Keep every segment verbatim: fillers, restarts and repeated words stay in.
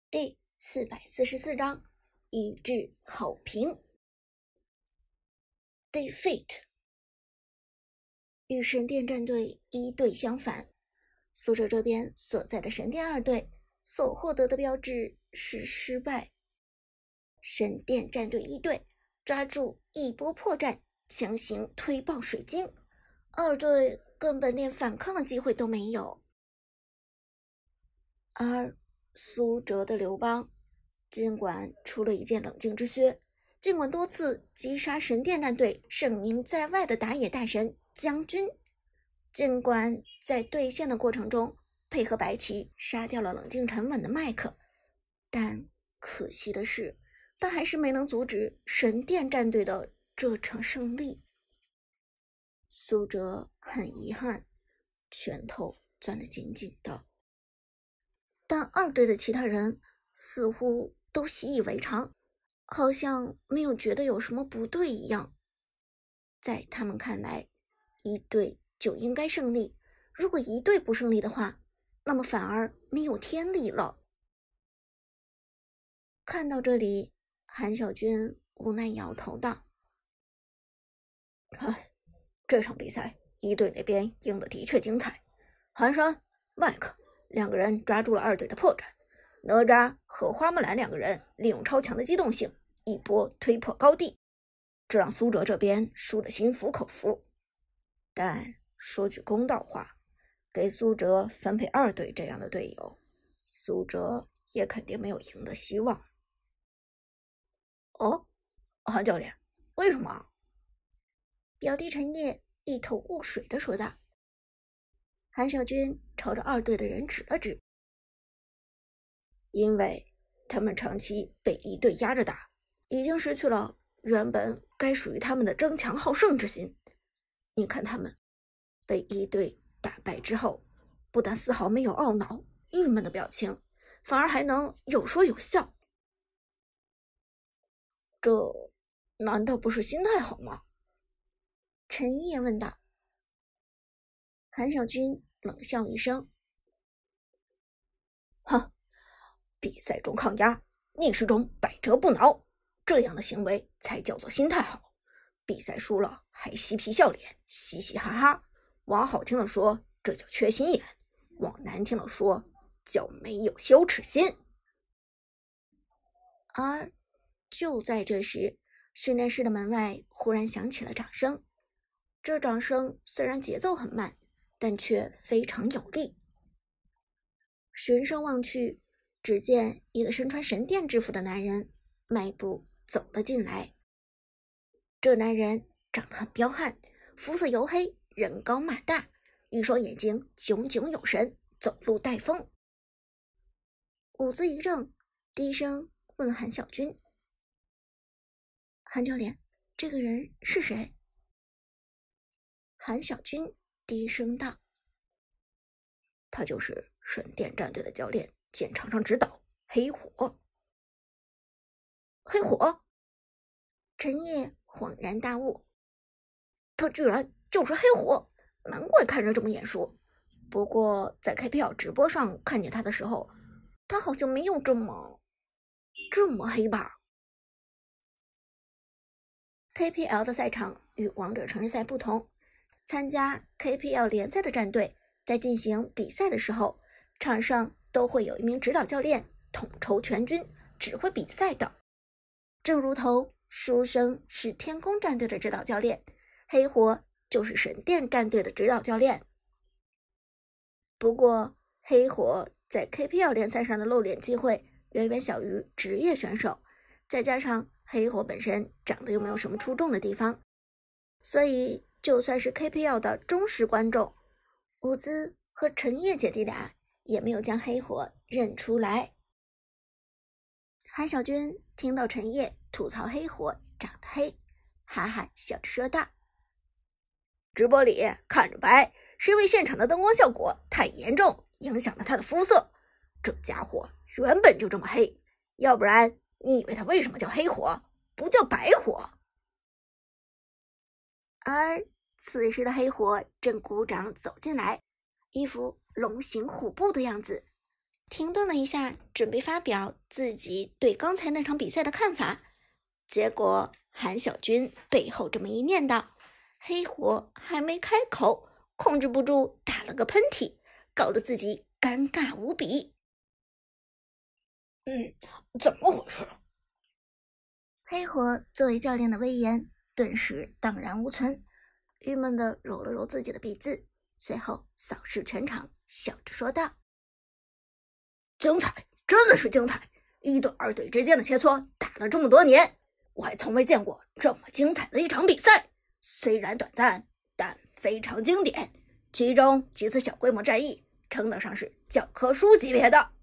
第四百四十四章一致好评。Defeat 与神殿战队一队相反，苏哲这边所在的神殿二队所获得的标志是失败。神殿战队一队抓住一波破绽，强行推爆水晶，二队根本连反抗的机会都没有。而苏哲的刘邦尽管出了一件冷静之靴，尽管多次击杀神殿战队声名在外的打野大神将军，尽管在对线的过程中配合白起杀掉了冷静沉稳的麦克，但可惜的是，他还是没能阻止神殿战队的这场胜利。苏哲很遗憾，拳头攥得紧紧的。但二队的其他人似乎都习以为常，好像没有觉得有什么不对一样。在他们看来，一队就应该胜利，如果一队不胜利的话，那么反而没有天理了。看到这里，韩小军无奈摇头道：唉，这场比赛一队那边赢得的确精彩，寒山、麦克两个人抓住了二队的破绽，哪吒和花木兰两个人利用超强的机动性一波推破高地，这让苏哲这边输得心服口服。但说句公道话，给苏哲分配二队这样的队友，苏哲也肯定没有赢的希望。哦，韩教练，为什么？表弟陈烨一头雾水地说道。韩小军朝着二队的人指了指，因为他们长期被一队压着打，已经失去了原本该属于他们的争强好胜之心。你看他们被一队打败之后，不但丝毫没有懊恼郁闷的表情，反而还能有说有笑，这难道不是心态好吗？陈烨问道。韩小军冷笑一声，哼，比赛中抗压，逆势中百折不挠，这样的行为才叫做心态好。比赛输了还嬉皮笑脸，嘻嘻哈哈，往好听了说这叫缺心眼，往难听了说叫没有羞耻心。而就在这时，训练室的门外忽然响起了掌声，这掌声虽然节奏很慢，但却非常有力。循声望去，只见一个身穿神殿制服的男人迈步走了进来。这男人长得很彪悍，肤色黝黑，人高马大，一双眼睛炯炯有神，走路带风。伍兹一怔，低声问韩小军：韩教练，这个人是谁？韩小军低声道：他就是神殿战队的教练兼场上指导黑火。黑火？陈烨恍然大悟，他居然就是黑火，难怪看着这么眼熟。不过在 K P L 直播上看见他的时候，他好像没有这么这么黑吧。K P L 的赛场与王者城市赛不同，参加 K P L 联赛的战队在进行比赛的时候，场上都会有一名指导教练统筹全军，指挥比赛的。正如同书生是天空战队的指导教练，黑火就是神殿战队的指导教练。不过黑火在 K P L 联赛上的露脸机会远远小于职业选手，再加上黑火本身长得又没有什么出众的地方，所以就算是 K P L 的忠实观众，伍兹和陈烨姐弟俩也没有将黑火认出来。韩小军听到陈烨吐槽黑火长得黑，哈哈笑着说道：直播里看着白，是因为现场的灯光效果太严重，影响了他的肤色。这家伙原本就这么黑，要不然你以为他为什么叫黑火，不叫白火？而此时的黑火正鼓掌走进来，一副龙行虎步的样子， 停顿了一下，准备发表自己对刚才那场比赛的看法。结果韩小军背后这么一念叨，黑火还没开口，控制不住打了个喷嚏，搞得自己尴尬无比。 嗯，怎么回事？ 黑火作为教练的威严顿时荡然无存，郁闷地揉了揉自己的鼻子，随后扫视全场，笑着说道： 精彩，真的是精彩！一队二队之间的切磋打了这么多年，我还从未见过这么精彩的一场比赛。虽然短暂，但非常经典。其中几次小规模战役称得上是教科书级别的。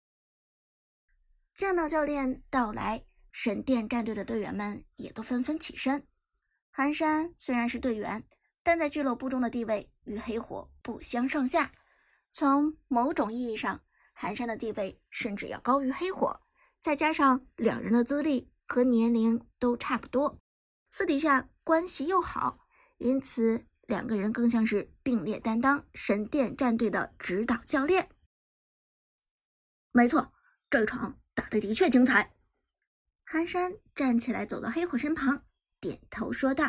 见到教练到来，神殿战队的队员们也都纷纷起身。寒山虽然是队员，但在俱乐部中的地位与黑火不相上下。从某种意义上，寒山的地位甚至要高于黑火，再加上两人的资历和年龄都差不多，私底下关系又好，因此两个人更像是并列担当神殿战队的指导教练。 没错，这场打得的确精彩。 寒山站起来走到黑火身旁，点头说道：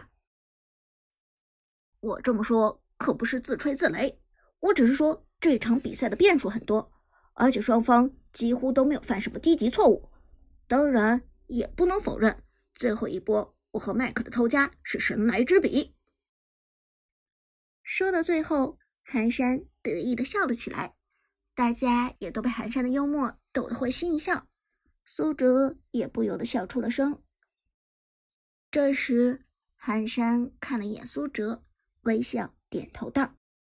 我这么说可不是自吹自擂，我只是说这场比赛的变数很多，而且双方几乎都没有犯什么低级错误。当然也不能否认，最后一波我和麦克的偷家是神来之笔。 说到最后，寒山得意地笑了起来，大家也都被寒山的幽默逗得会心一笑，苏哲也不由得笑出了声。这时寒山看了一眼苏哲，微笑点头道：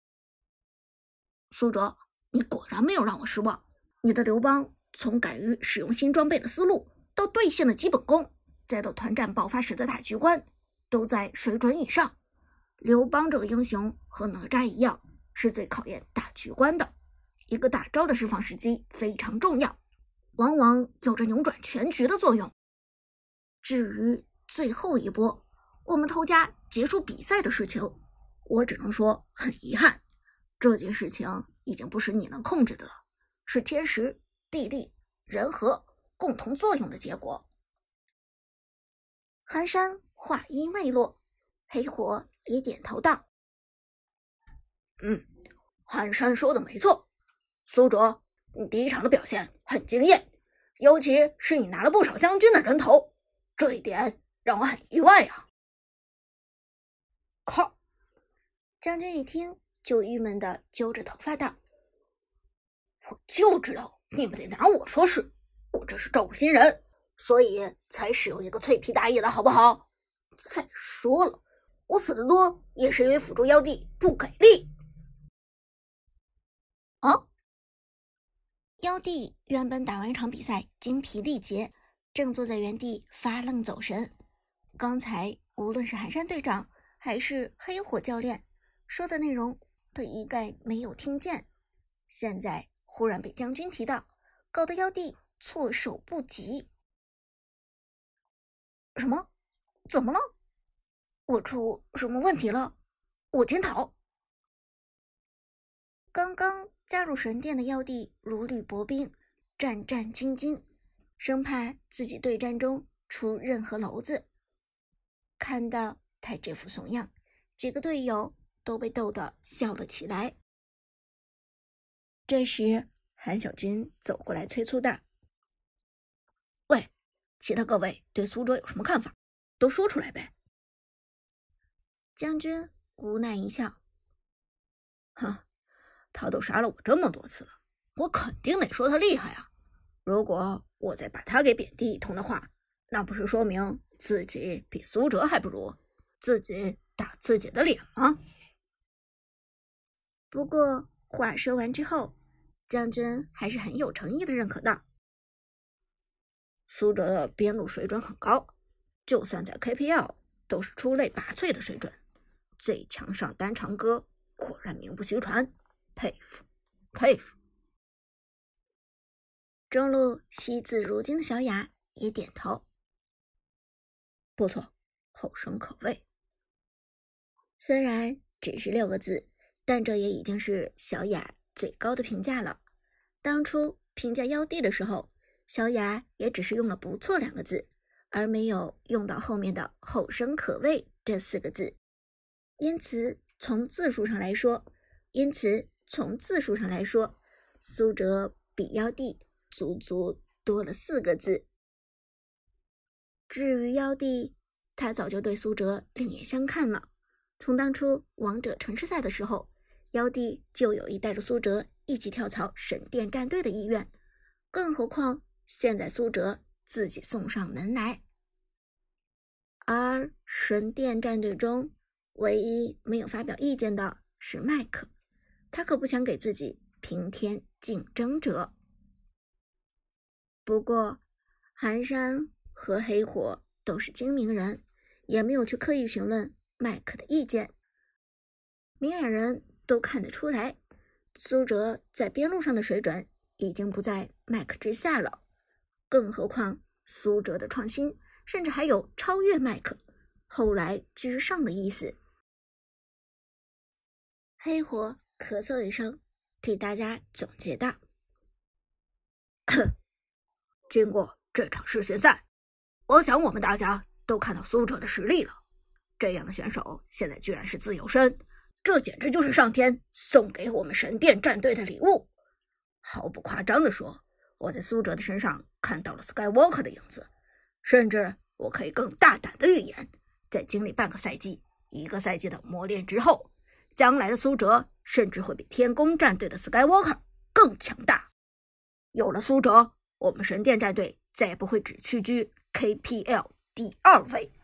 苏哲，你果然没有让我失望。你的刘邦从敢于使用新装备的思路，到兑现的基本功，再到团战爆发时的大局观，都在水准以上。刘邦这个英雄和哪吒一样，是最考验大局观的。一个大招的释放时机非常重要，往往有着扭转全局的作用。至于最后一波我们偷家结束比赛的事情，我只能说很遗憾，这件事情已经不是你能控制的了，是天时地利人和共同作用的结果。 寒山话音未落，黑火也点头道： 嗯，寒山说的没错，苏哲，你第一场的表现很惊艳，尤其是你拿了不少将军的人头，这一点让我很意外啊。 靠！将军一听就郁闷地揪着头发道： 我就知道你们得拿我说事，我这是照顾新人，所以才使用一个脆皮大爷的好不好？再说了，我死得多也是因为辅助妖帝不给力。啊！ 妖帝原本打完一场比赛精疲力竭，正坐在原地发愣走神。刚才无论是寒山队长还是黑火教练说的内容，他一概没有听见。现在忽然被将军提到，搞得妖帝措手不及。 什么？怎么了？我出什么问题了？我检讨。 刚刚加入神殿的妖帝如履薄冰，战战兢兢，生怕自己对战中出任何娄子。看到他这副怂样，几个队友都被逗得笑了起来。这时韩小军走过来催促道： 喂，其他各位对苏哲有什么看法，都说出来呗。 将军无奈一笑： 哼，他都杀了我这么多次了，我肯定得说他厉害啊。如果我再把他给贬低一通的话，那不是说明自己比苏哲还不如，自己打自己的脸吗？ 不过话说完之后，将军还是很有诚意的认可道： 苏哲的边路水准很高，就算在 K P L 都是出类拔萃的水准，最强上单长歌果然名不虚传，佩服佩服。 中路惜字如金的小雅也点头： 不错，后生可畏。 虽然只是六个字，但这也已经是小雅最高的评价了。当初评价妖帝的时候，小雅也只是用了不错两个字，而没有用到后面的后生可畏这四个字。因此从字数上来说，因此从字数上来说，苏哲比妖帝足足多了四个字。至于妖帝，他早就对苏哲另眼相看了。从当初王者城市赛的时候，妖帝就有意带着苏哲一起跳槽神殿战队的意愿，更何况现在苏哲自己送上门来。而神殿战队中唯一没有发表意见的是麦克，他可不想给自己平添竞争者。不过寒山和黑火都是精明人，也没有去刻意询问麦克的意见。明眼人都看得出来，苏哲在边路上的水准已经不在麦克之下了，更何况苏哲的创新甚至还有超越麦克，后来居上的意思。黑火咳嗽一声，替大家总结道： 经过这场世巡赛，我想我们大家都看到苏哲的实力了。这样的选手现在居然是自由身，这简直就是上天送给我们神殿战队的礼物。毫不夸张地说，我在苏哲的身上看到了 Skywalker 的影子，甚至我可以更大胆的预言，在经历半个赛季、一个赛季的磨练之后，将来的苏哲甚至会比天宫战队的 Skywalker 更强大。有了苏哲，我们神殿战队再也不会只屈居 K P L 第二位。